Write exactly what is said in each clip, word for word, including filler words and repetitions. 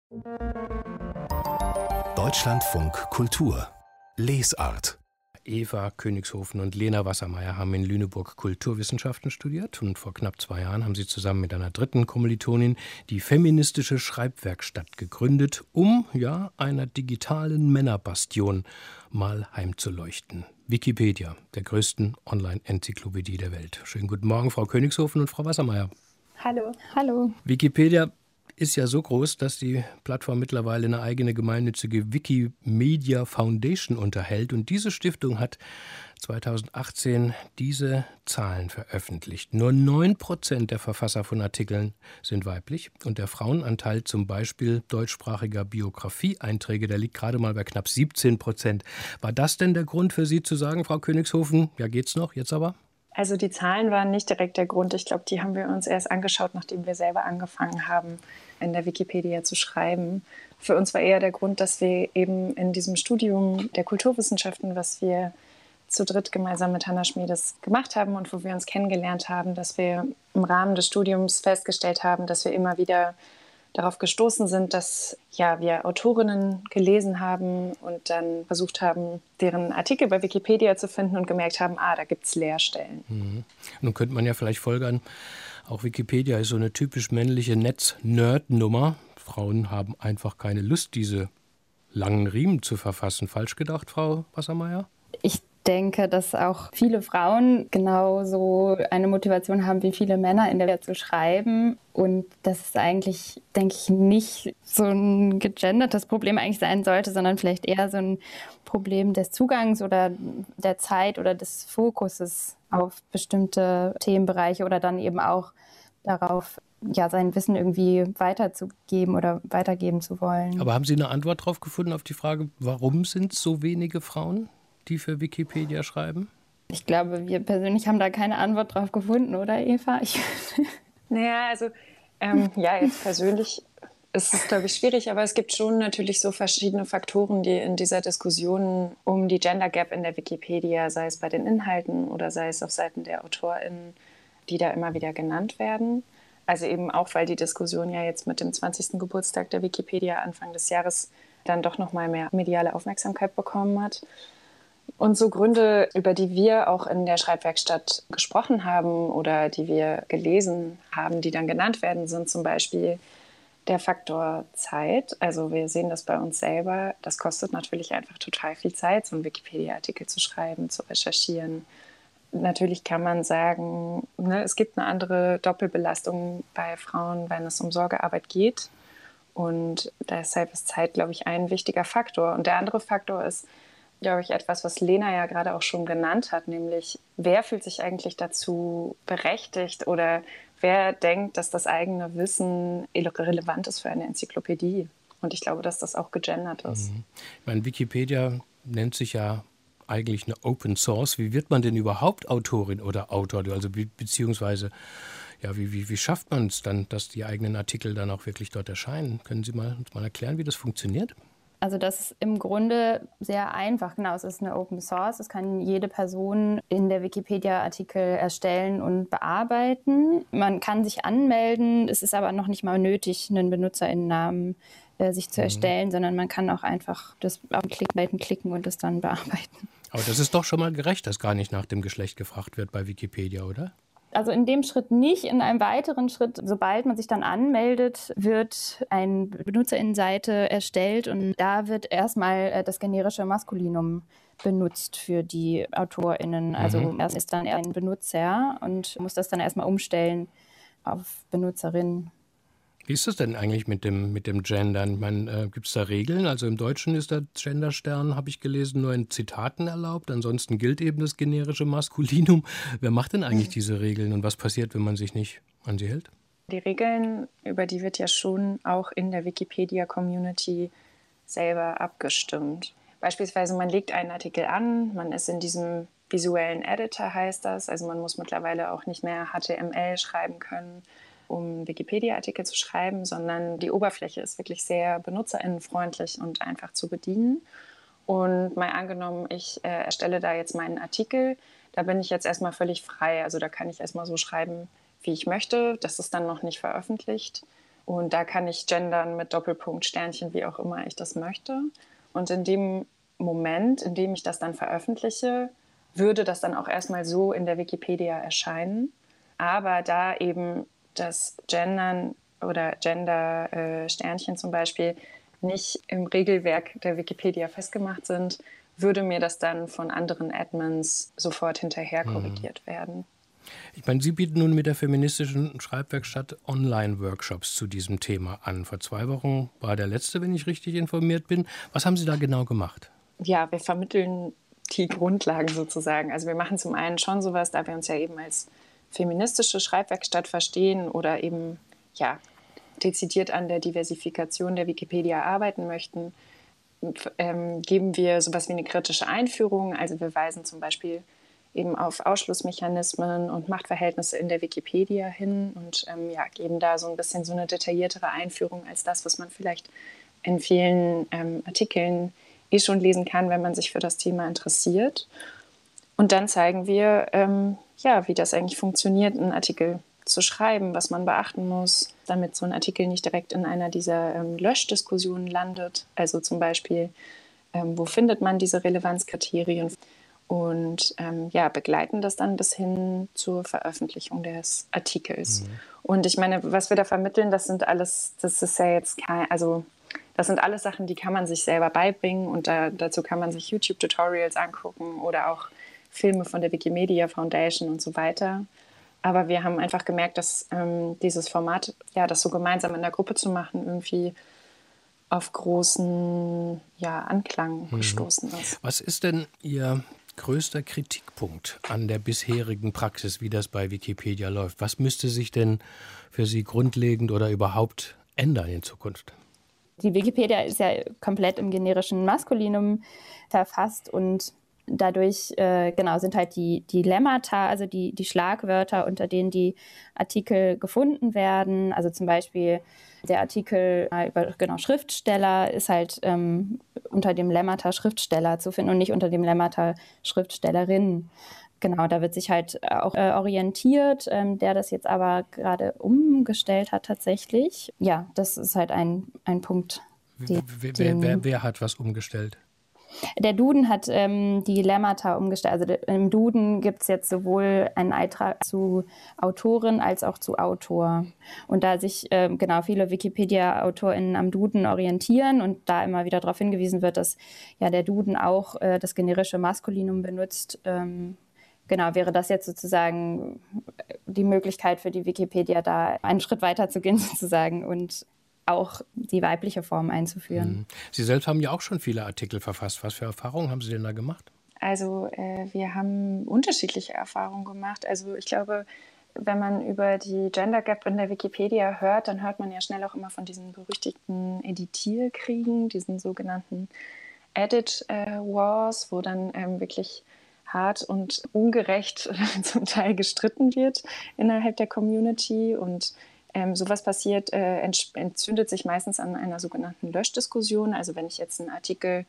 Deutschlandfunk Kultur Lesart. Eva Königshofen und Lena Wassermeier haben in Lüneburg Kulturwissenschaften studiert und vor knapp zwei Jahren haben sie zusammen mit einer dritten Kommilitonin die feministische Schreibwerkstatt gegründet, um ja einer digitalen Männerbastion mal heimzuleuchten. Wikipedia, der größten Online-Enzyklopädie der Welt. Schönen guten Morgen, Frau Königshofen und Frau Wassermeier. Hallo. Hallo. Wikipedia ist ja so groß, dass die Plattform mittlerweile eine eigene gemeinnützige Wikimedia Foundation unterhält. Und diese Stiftung hat zweitausendachtzehn diese Zahlen veröffentlicht. Nur neun Prozent der Verfasser von Artikeln sind weiblich. Und der Frauenanteil zum Beispiel deutschsprachiger Biografie-Einträge, der liegt gerade mal bei knapp siebzehn Prozent. War das denn der Grund für Sie zu sagen, Frau Königshofen, ja geht's noch, jetzt aber? Also die Zahlen waren nicht direkt der Grund. Ich glaube, die haben wir uns erst angeschaut, nachdem wir selber angefangen haben, in der Wikipedia zu schreiben. Für uns war eher der Grund, dass wir eben in diesem Studium der Kulturwissenschaften, was wir zu dritt gemeinsam mit Hannah Schmiedes gemacht haben und wo wir uns kennengelernt haben, dass wir im Rahmen des Studiums festgestellt haben, dass wir immer wieder darauf gestoßen sind, dass ja, wir Autorinnen gelesen haben und dann versucht haben, deren Artikel bei Wikipedia zu finden und gemerkt haben, ah, da gibt es Leerstellen. Mhm. Nun könnte man ja vielleicht folgern, auch Wikipedia ist so eine typisch männliche Netz-Nerd-Nummer. Frauen haben einfach keine Lust, diese langen Riemen zu verfassen. Falsch gedacht, Frau Wassermeier? Ich denke, dass auch viele Frauen genauso eine Motivation haben wie viele Männer, in der Welt zu schreiben. Und dass es eigentlich, denke ich, nicht so ein gegendertes Problem eigentlich sein sollte, sondern vielleicht eher so ein Problem des Zugangs oder der Zeit oder des Fokuses auf bestimmte Themenbereiche oder dann eben auch darauf, ja, sein Wissen irgendwie weiterzugeben oder weitergeben zu wollen. Aber haben Sie eine Antwort darauf gefunden, auf die Frage, warum sind es so wenige Frauen, die für Wikipedia schreiben? Ich glaube, wir persönlich haben da keine Antwort drauf gefunden, oder Eva? Ich naja, also ähm, ja, jetzt persönlich ist es, glaube ich, schwierig, aber es gibt schon natürlich so verschiedene Faktoren, die in dieser Diskussion um die Gender Gap in der Wikipedia, sei es bei den Inhalten oder sei es auf Seiten der AutorInnen, die da immer wieder genannt werden. Also eben auch, weil die Diskussion ja jetzt mit dem zwanzigsten Geburtstag der Wikipedia Anfang des Jahres dann doch noch mal mehr mediale Aufmerksamkeit bekommen hat. Und so Gründe, über die wir auch in der Schreibwerkstatt gesprochen haben oder die wir gelesen haben, die dann genannt werden, sind zum Beispiel der Faktor Zeit. Also wir sehen das bei uns selber. Das kostet natürlich einfach total viel Zeit, so einen Wikipedia-Artikel zu schreiben, zu recherchieren. Natürlich kann man sagen, ne, es gibt eine andere Doppelbelastung bei Frauen, wenn es um Sorgearbeit geht. Und deshalb ist Zeit, glaube ich, ein wichtiger Faktor. Und der andere Faktor ist, glaube ich, etwas, was Lena ja gerade auch schon genannt hat, nämlich wer fühlt sich eigentlich dazu berechtigt oder wer denkt, dass das eigene Wissen relevant ist für eine Enzyklopädie. Und ich glaube, dass das auch gegendert ist. Mhm. Ich meine, Wikipedia nennt sich ja eigentlich eine Open Source. Wie wird man denn überhaupt Autorin oder Autor? Also be- beziehungsweise, ja, wie, wie, wie schafft man es dann, dass die eigenen Artikel dann auch wirklich dort erscheinen? Können Sie mal, uns mal erklären, wie das funktioniert? Also das ist im Grunde sehr einfach. Genau, es ist eine Open Source. Es kann jede Person in der Wikipedia Artikel erstellen und bearbeiten. Man kann sich anmelden. Es ist aber noch nicht mal nötig, einen BenutzerInnennamen äh, sich zu erstellen, mhm. sondern man kann auch einfach das auf den Klickbalken klicken und das dann bearbeiten. Aber das ist doch schon mal gerecht, dass gar nicht nach dem Geschlecht gefragt wird bei Wikipedia, oder? Also in dem Schritt nicht. In einem weiteren Schritt, sobald man sich dann anmeldet, wird eine BenutzerInnenseite erstellt und da wird erstmal das generische Maskulinum benutzt für die AutorInnen. Also mhm. erst ist dann ein Benutzer und muss das dann erstmal umstellen auf Benutzerin. Wie ist das denn eigentlich mit dem, mit dem Gendern? Ich meine, äh, gibt es da Regeln? Also im Deutschen ist der Genderstern, habe ich gelesen, nur in Zitaten erlaubt. Ansonsten gilt eben das generische Maskulinum. Wer macht denn eigentlich diese Regeln und was passiert, wenn man sich nicht an sie hält? Die Regeln, über die wird ja schon auch in der Wikipedia-Community selber abgestimmt. Beispielsweise, man legt einen Artikel an, man ist in diesem visuellen Editor, heißt das. Also man muss mittlerweile auch nicht mehr H T M L schreiben können, um Wikipedia-Artikel zu schreiben, sondern die Oberfläche ist wirklich sehr benutzerinnenfreundlich und einfach zu bedienen. Und mal angenommen, ich äh, erstelle da jetzt meinen Artikel, da bin ich jetzt erstmal völlig frei. Also da kann ich erstmal so schreiben, wie ich möchte. Das ist dann noch nicht veröffentlicht. Und da kann ich gendern mit Doppelpunkt, Sternchen, wie auch immer ich das möchte. Und in dem Moment, in dem ich das dann veröffentliche, würde das dann auch erstmal so in der Wikipedia erscheinen. Aber da eben das Gendern oder Gender-Sternchen äh, zum Beispiel nicht im Regelwerk der Wikipedia festgemacht sind, würde mir das dann von anderen Admins sofort hinterher korrigiert mhm. werden. Ich meine, Sie bieten nun mit der feministischen Schreibwerkstatt Online-Workshops zu diesem Thema an. Vor zwei Wochen war der letzte, wenn ich richtig informiert bin. Was haben Sie da genau gemacht? Ja, wir vermitteln die Grundlagen sozusagen. Also wir machen zum einen schon sowas, da wir uns ja eben als feministische Schreibwerkstatt verstehen oder eben ja dezidiert an der Diversifikation der Wikipedia arbeiten möchten, ähm, geben wir sowas wie eine kritische Einführung. Also wir weisen zum Beispiel eben auf Ausschlussmechanismen und Machtverhältnisse in der Wikipedia hin und ähm, ja, geben da so ein bisschen so eine detailliertere Einführung als das, was man vielleicht in vielen ähm, Artikeln eh schon lesen kann, wenn man sich für das Thema interessiert. Und dann zeigen wir, ähm, ja, wie das eigentlich funktioniert, einen Artikel zu schreiben, was man beachten muss, damit so ein Artikel nicht direkt in einer dieser ähm, Löschdiskussionen landet. Also zum Beispiel, ähm, wo findet man diese Relevanzkriterien? Und ähm, ja, begleiten das dann bis hin zur Veröffentlichung des Artikels. Mhm. Und ich meine, was wir da vermitteln, das sind alles, das ist ja jetzt kein, also das sind alles Sachen, die kann man sich selber beibringen und da, dazu kann man sich YouTube-Tutorials angucken oder auch Filme von der Wikimedia Foundation und so weiter. Aber wir haben einfach gemerkt, dass ähm, dieses Format, ja, das so gemeinsam in der Gruppe zu machen, irgendwie auf großen ja, Anklang mhm. gestoßen ist. Was ist denn Ihr größter Kritikpunkt an der bisherigen Praxis, wie das bei Wikipedia läuft? Was müsste sich denn für Sie grundlegend oder überhaupt ändern in Zukunft? Die Wikipedia ist ja komplett im generischen Maskulinum verfasst und dadurch äh, genau sind halt die, die Lemmata, also die, die Schlagwörter, unter denen die Artikel gefunden werden. Also zum Beispiel der Artikel äh, über genau, Schriftsteller ist halt ähm, unter dem Lemmata Schriftsteller zu finden und nicht unter dem Lemmata Schriftstellerin. Genau, da wird sich halt auch äh, orientiert, ähm, der das jetzt aber gerade umgestellt hat tatsächlich. Ja, das ist halt ein, ein Punkt. Die, wer, wer, wer, wer hat was umgestellt? Der Duden hat ähm, die Lemmata umgestellt. Also de, im Duden gibt es jetzt sowohl einen Eintrag zu Autorin als auch zu Autor. Und da sich ähm, genau viele Wikipedia-AutorInnen am Duden orientieren und da immer wieder darauf hingewiesen wird, dass ja der Duden auch äh, das generische Maskulinum benutzt, ähm, genau, wäre das jetzt sozusagen die Möglichkeit für die Wikipedia, da einen Schritt weiter zu gehen sozusagen und auch die weibliche Form einzuführen. Sie selbst haben ja auch schon viele Artikel verfasst. Was für Erfahrungen haben Sie denn da gemacht? Also äh, wir haben unterschiedliche Erfahrungen gemacht. Also ich glaube, wenn man über die Gender Gap in der Wikipedia hört, dann hört man ja schnell auch immer von diesen berüchtigten Editierkriegen, diesen sogenannten Edit äh, Wars, wo dann ähm, wirklich hart und ungerecht zum Teil gestritten wird innerhalb der Community und Ähm, sowas passiert, äh, entzündet sich meistens an einer sogenannten Löschdiskussion. Also wenn ich jetzt einen Artikel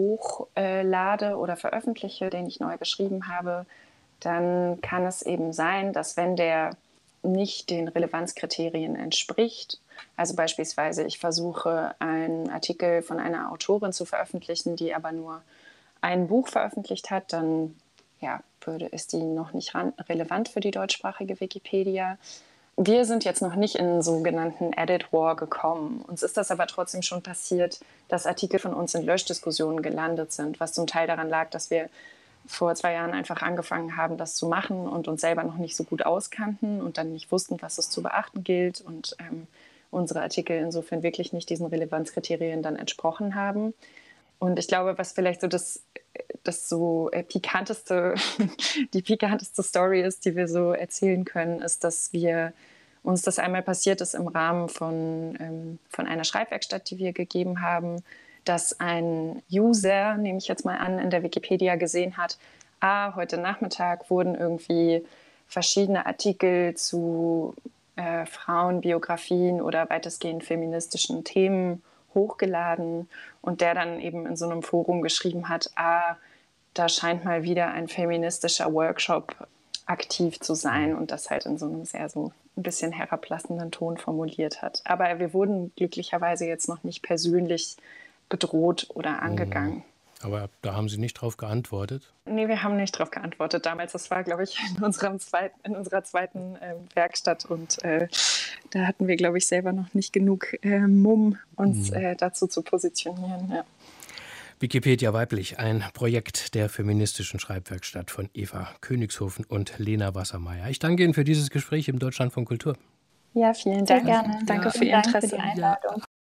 hochlade äh, oder veröffentliche, den ich neu geschrieben habe, dann kann es eben sein, dass wenn der nicht den Relevanzkriterien entspricht, also beispielsweise ich versuche, einen Artikel von einer Autorin zu veröffentlichen, die aber nur ein Buch veröffentlicht hat, dann ja, würde, ist die noch nicht ran, relevant für die deutschsprachige Wikipedia. Wir sind jetzt noch nicht in einen sogenannten Edit War gekommen. Uns ist das aber trotzdem schon passiert, dass Artikel von uns in Löschdiskussionen gelandet sind, was zum Teil daran lag, dass wir vor zwei Jahren einfach angefangen haben, das zu machen und uns selber noch nicht so gut auskannten und dann nicht wussten, was es zu beachten gilt und ähm, unsere Artikel insofern wirklich nicht diesen Relevanzkriterien dann entsprochen haben. Und ich glaube, was vielleicht so das, das so pikanteste, die pikanteste Story ist, die wir so erzählen können, ist, dass wir uns das einmal passiert ist im Rahmen von, ähm, von einer Schreibwerkstatt, die wir gegeben haben, dass ein User, nehme ich jetzt mal an, in der Wikipedia gesehen hat, ah, heute Nachmittag wurden irgendwie verschiedene Artikel zu äh, Frauenbiografien oder weitestgehend feministischen Themen hochgeladen und der dann eben in so einem Forum geschrieben hat, ah, da scheint mal wieder ein feministischer Workshop aktiv zu sein und das halt in so einem sehr so ein bisschen herablassenden Ton formuliert hat. Aber wir wurden glücklicherweise jetzt noch nicht persönlich bedroht oder angegangen. Aber da haben Sie nicht drauf geantwortet? Nee, wir haben nicht drauf geantwortet damals. Das war, glaube ich, in, unserem zweiten, in unserer zweiten äh, Werkstatt. Und äh, da hatten wir, glaube ich, selber noch nicht genug äh, Mumm, uns mhm. äh, dazu zu positionieren. Ja. Wikipedia weiblich, ein Projekt der feministischen Schreibwerkstatt von Eva Königshofen und Lena Wassermeier. Ich danke Ihnen für dieses Gespräch im Deutschlandfunk Kultur. Ja, vielen Dank. Sehr gerne. Danke ja. für Ihr Interesse. Danke für die Einladung.